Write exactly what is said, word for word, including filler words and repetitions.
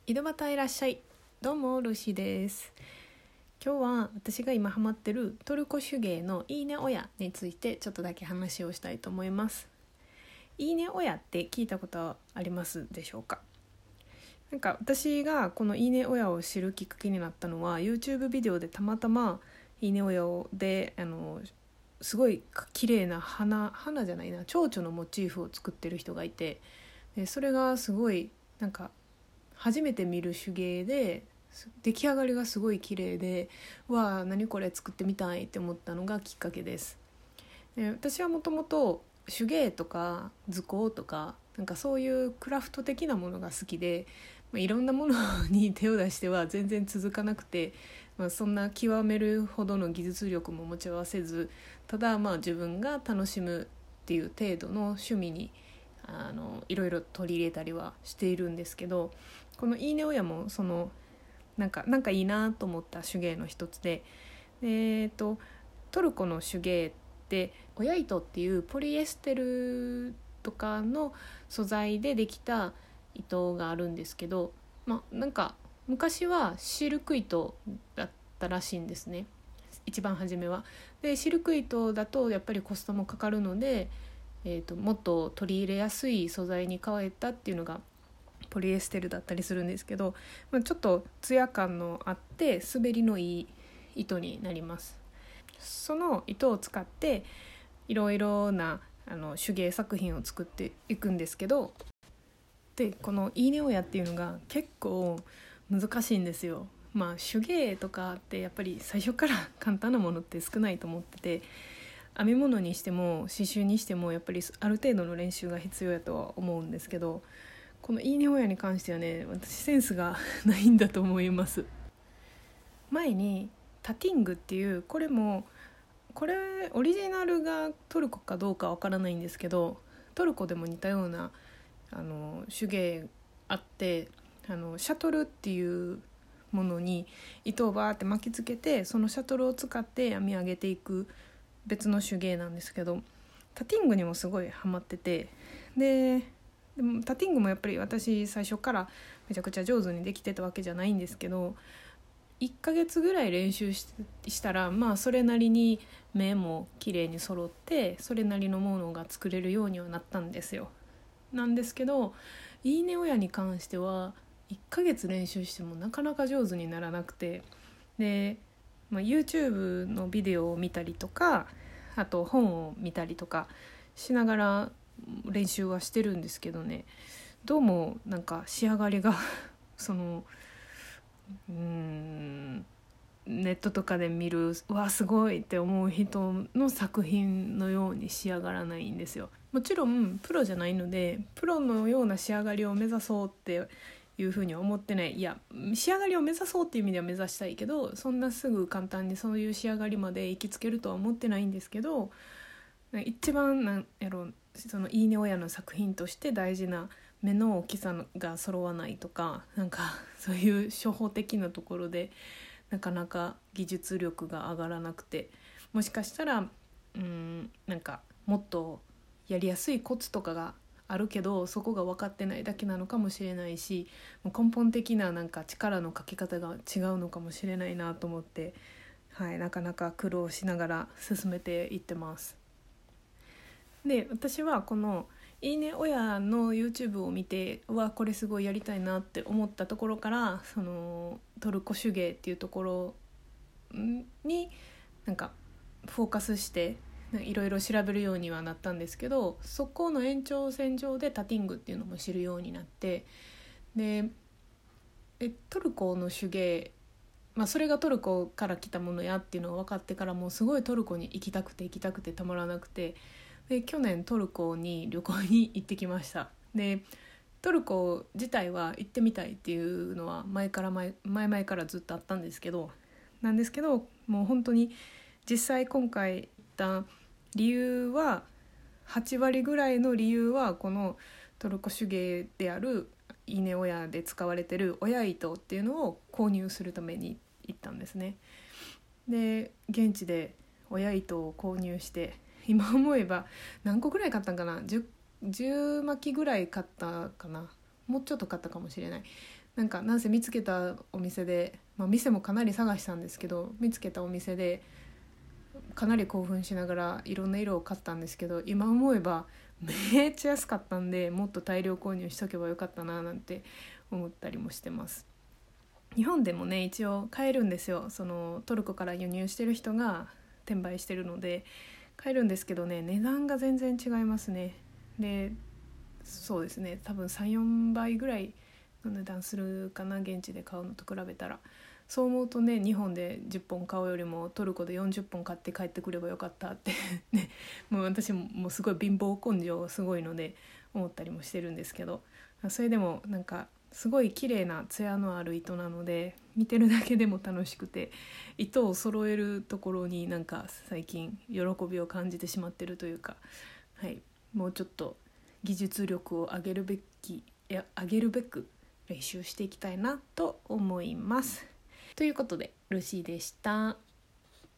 井戸端いらっしゃい。どうもルーシーです。今日は私が今ハマってるトルコ手芸のいいね親についてちょっとだけ話をしたいと思います。いいね親って聞いたことはありますでしょうか？なんか私がこのいいね親を知るきっかけになったのは YouTube ビデオでたまたまいいね親をであのすごい綺麗な花花じゃないな蝶々のモチーフを作ってる人がいて、でそれがすごいなんか初めて見る手芸で出来上がりがすごい綺麗で、うわー何これ作ってみたいって思ったのがきっかけです。で私はもともと手芸とか図工とかなんかそういうクラフト的なものが好きで、まあ、いろんなものに手を出しては全然続かなくて、まあ、そんな極めるほどの技術力も持ち合わせず、ただまあ自分が楽しむっていう程度の趣味にあのいろいろ取り入れたりはしているんですけど、このいいね親もそのなんかなんかいいなと思った手芸の一つで、えー、とトルコの手芸って親糸っていうポリエステルとかの素材でできた糸があるんですけど、まあ、なんか昔はシルク糸だったらしいんですね、一番初めは。でシルク糸だとやっぱりコストもかかるので、えー、ともっと取り入れやすい素材に変えたっていうのがポリエステルだったりするんですけど、まあ、ちょっとツヤ感のあって滑りのいい糸になります。その糸を使っていろいろなあの手芸作品を作っていくんですけど、でこのいいね親っていうのが結構難しいんですよ。まあ手芸とかってやっぱり最初から簡単なものって少ないと思ってて、編み物にしても刺繍にしてもやっぱりある程度の練習が必要やとは思うんですけど、このいいね親に関してはね、私センスがないんだと思います。前にタティングっていう、これもこれオリジナルがトルコかどうかわからないんですけど、トルコでも似たようなあの手芸あって、あのシャトルっていうものに糸をバーって巻きつけて、そのシャトルを使って編み上げていく別の手芸なんですけど、タティングにもすごいハマってて、ででもタティングもやっぱり私最初からめちゃくちゃ上手にできてたわけじゃないんですけど、いっかげつぐらい練習 し, したらまあそれなりに目も綺麗に揃って、それなりのものが作れるようにはなったんですよ。なんですけどいいね親に関してはいっかげつ練習してもなかなか上手にならなくて、で、まあ、YouTube のビデオを見たりとか、あと本を見たりとかしながら練習はしてるんですけどね、どうもなんか仕上がりがそのうーんネットとかで見るうわすごいって思う人の作品のように仕上がらないんですよ。もちろんプロじゃないのでプロのような仕上がりを目指そうっていうふうには思ってない。いや仕上がりを目指そうっていう意味では目指したいけど、そんなすぐ簡単にそういう仕上がりまで行きつけるとは思ってないんですけど、一番なんやろそのいいね親の作品として大事な目の大きさが揃わないとか、なんかそういう初歩的なところでなかなか技術力が上がらなくて、もしかしたらうーんなんかもっとやりやすいコツとかがあるけどそこが分かってないだけなのかもしれないし、根本的ななんか力のかけ方が違うのかもしれないなと思って、はい、なかなか苦労しながら進めていってます。で私はこのいいね親の YouTube を見て、うわこれすごいやりたいなって思ったところから、そのトルコ手芸っていうところになんかフォーカスしていろいろ調べるようにはなったんですけど、そこの延長線上でタティングっていうのも知るようになって、でえトルコの手芸、まあ、それがトルコから来たものやっていうのが分かってから、もうすごいトルコに行きたくて行きたくてたまらなくて、で去年トルコに旅行に行ってきました。でトルコ自体は行ってみたいっていうのは前から前前々からずっとあったんですけどなんですけどもう本当に実際今回行った理由ははち割ぐらいの理由はこのトルコ手芸であるいいね親で使われてる親糸っていうのを購入するために行ったんですね。で現地で親糸を購入して、今思えば何個ぐらい買ったんかな、 10, 10巻きぐらい買ったかな。 もうちょっと買ったかもしれない。なんかなんせ見つけたお店で、まあ、店もかなり探したんですけど、見つけたお店でかなり興奮しながらいろんな色を買ったんですけど、今思えばめっちゃ安かったんで、もっと大量購入しとけばよかったななんて思ったりもしてます。日本でもね一応買えるんですよ。そのトルコから輸入してる人が転売してるので買えるんですけどね、値段が全然違いますね。でそうですね、多分 さん,よん 倍ぐらいの値段するかな、現地で買うのと比べたら。そう思うとね、日本でじゅっぽん買うよりもトルコでよんじゅっぽん買って帰ってくればよかったってね、もう私ももうすごい貧乏根性すごいので思ったりもしてるんですけど、それでもなんかすごい綺麗な艶のある糸なので見てるだけでも楽しくて、糸を揃えるところになんか最近喜びを感じてしまってるというか、はい、もうちょっと技術力を上げるべきいや上げるべく練習していきたいなと思います。ということでルシーでした。